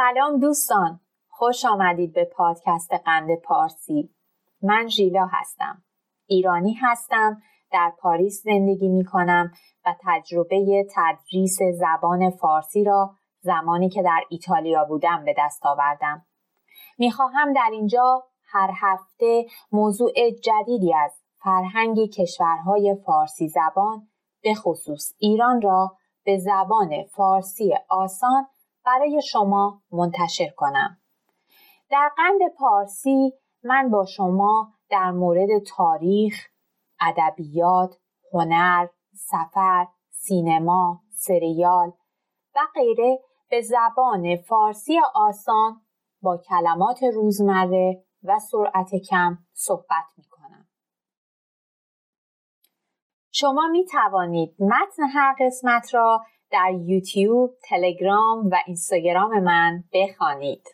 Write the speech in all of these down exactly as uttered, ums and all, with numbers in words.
سلام دوستان، خوش آمدید به پادکست قند پارسی. من ژیلا هستم. ایرانی هستم، در پاریس زندگی می کنم و تجربه تدریس زبان فارسی را زمانی که در ایتالیا بودم به دست آوردم. می خواهم در اینجا هر هفته موضوع جدیدی از فرهنگ کشورهای فارسی زبان به خصوص ایران را به زبان فارسی آسان برای شما منتشر کنم. در قند پارسی من با شما در مورد تاریخ، ادبیات، هنر، سفر، سینما، سریال و غیره به زبان فارسی آسان با کلمات روزمره و سرعت کم صحبت می کنم. شما می توانید متن هر قسمت را در یوتیوب، تلگرام و اینستاگرام من بخوانید.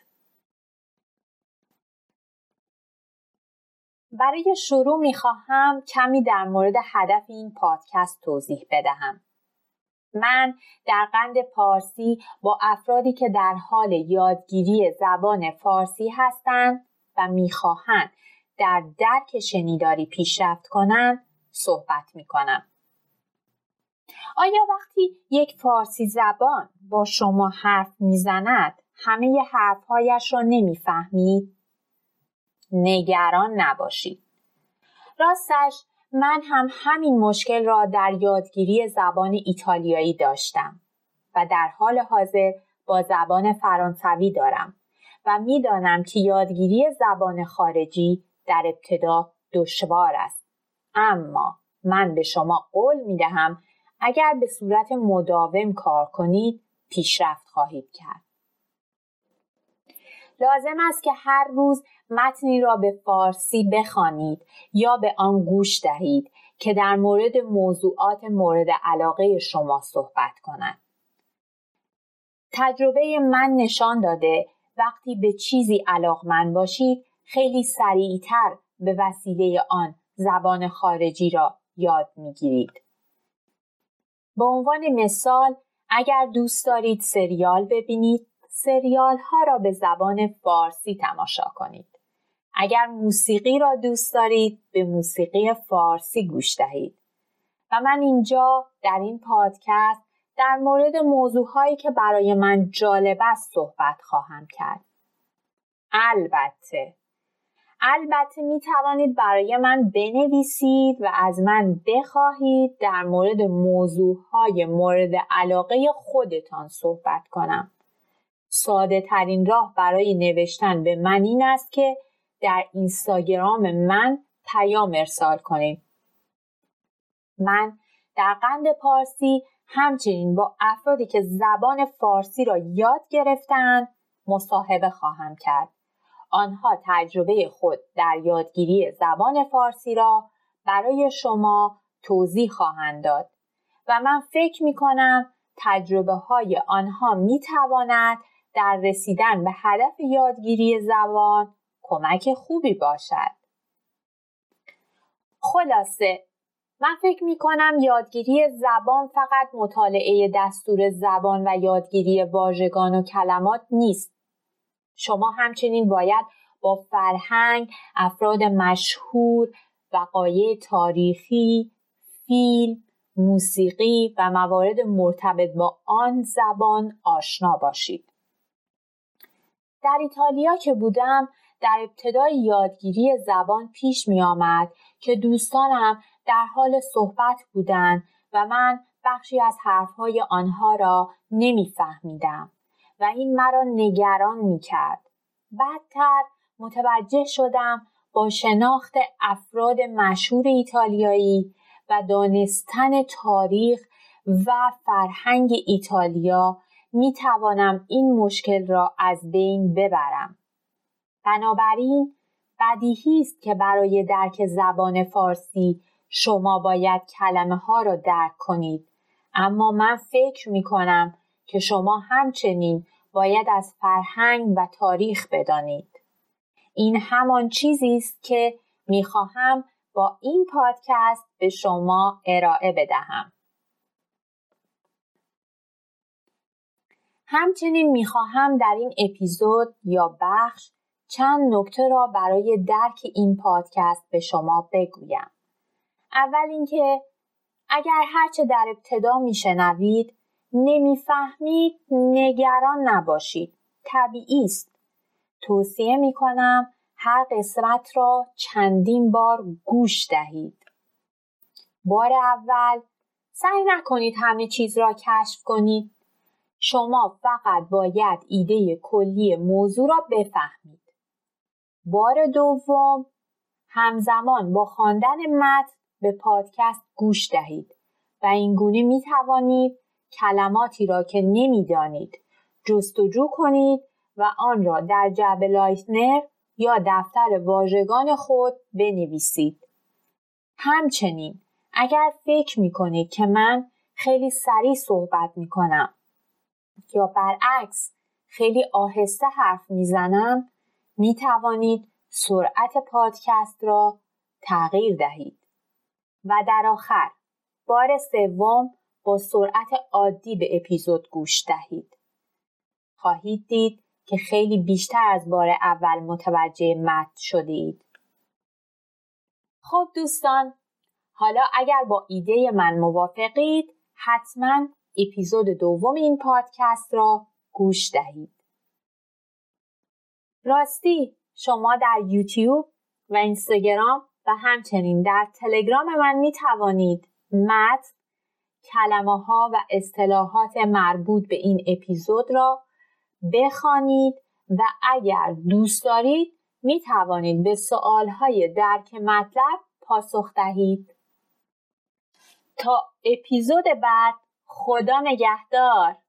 برای شروع می خواهم کمی در مورد هدف این پادکست توضیح بدهم. من در قند پارسی با افرادی که در حال یادگیری زبان فارسی هستند و می خواهند در درک شنیداری پیشرفت کنند صحبت می کنم. آیا وقتی یک فارسی زبان با شما حرف میزند همه حرفهایش را نمیفهمید؟ نگران نباشید. راستش من هم همین مشکل را در یادگیری زبان ایتالیایی داشتم و در حال حاضر با زبان فرانسوی دارم و میدانم که یادگیری زبان خارجی در ابتدا دشوار است. اما من به شما قول میدهم اگر به صورت مداوم کار کنید پیشرفت خواهید کرد. لازم است که هر روز متنی را به فارسی بخوانید یا به آن گوش دهید که در مورد موضوعات مورد علاقه شما صحبت کند. تجربه من نشان داده وقتی به چیزی علاقمند باشید خیلی سریعتر به وسیله آن زبان خارجی را یاد میگیرید. به عنوان مثال اگر دوست دارید سریال ببینید، سریال ها را به زبان فارسی تماشا کنید. اگر موسیقی را دوست دارید، به موسیقی فارسی گوش دهید. و من اینجا در این پادکست در مورد موضوعهایی که برای من جالب است صحبت خواهم کرد. البته البته می توانید برای من بنویسید و از من بخواهید در مورد موضوعهای مورد علاقه خودتان صحبت کنم. ساده ترین راه برای نوشتن به من این است که در اینستاگرام من پیام ارسال کنید. من در قند پارسی همچنین با افرادی که زبان فارسی را یاد گرفتند مصاحبه خواهم کرد. آنها تجربه خود در یادگیری زبان فارسی را برای شما توضیح خواهند داد و من فکر می کنم تجربه های آنها می تواند در رسیدن به هدف یادگیری زبان کمک خوبی باشد. خلاصه من فکر می کنم یادگیری زبان فقط مطالعه دستور زبان و یادگیری واژگان و کلمات نیست. شما همچنین باید با فرهنگ، افراد مشهور، وقایع تاریخی، فیلم، موسیقی و موارد مرتبط با آن زبان آشنا باشید. در ایتالیا که بودم در ابتدای یادگیری زبان پیش می آمد که دوستانم در حال صحبت بودند و من بخشی از حرفهای آنها را نمی فهمیدم و این مرا نگران می کرد. بعدتر متوجه شدم با شناخت افراد مشهور ایتالیایی و دانستن تاریخ و فرهنگ ایتالیا می توانم این مشکل را از بین ببرم. بنابراین بدیهی است که برای درک زبان فارسی شما باید کلمه ها را درک کنید، اما من فکر می کنم که شما همچنین باید از فرهنگ و تاریخ بدانید. این همان چیزی است که می خواهم با این پادکست به شما ارائه بدهم. همچنین میخواهم در این اپیزود یا بخش چند نکته را برای درک این پادکست به شما بگویم. اول اینکه اگر هرچه در ابتدا میشنوید نمیفهمید نگران نباشید. طبیعی است. توصیه میکنم هر قسمت را چندین بار گوش دهید. بار اول سعی نکنید همه چیز را کشف کنید. شما فقط باید ایده کلی موضوع را بفهمید. بار دوم همزمان با خواندن متن به پادکست گوش دهید و اینگونه می توانید کلماتی را که نمی دانید جستجو کنید و آن را در جعبه لایتنر یا دفتر واژگان خود بنویسید. همچنین اگر فکر می کنید که من خیلی سریع صحبت می کنم یا برعکس خیلی آهسته حرف می زنم، می توانید سرعت پادکست را تغییر دهید. و در آخر بار سوم با سرعت عادی به اپیزود گوش دهید. خواهید دید که خیلی بیشتر از بار اول متوجه متن شدید. خب دوستان، حالا اگر با ایده من موافقید حتما اپیزود دوم این پادکست را گوش دهید. راستی شما در یوتیوب و اینستاگرام و همچنین در تلگرام من می توانید متن، کلمه‌ها و اصطلاحات مربوط به این اپیزود را بخوانید و اگر دوست دارید می توانید به سوالهای درک مطلب پاسخ دهید. تا اپیزود بعد، خدا نگهدار.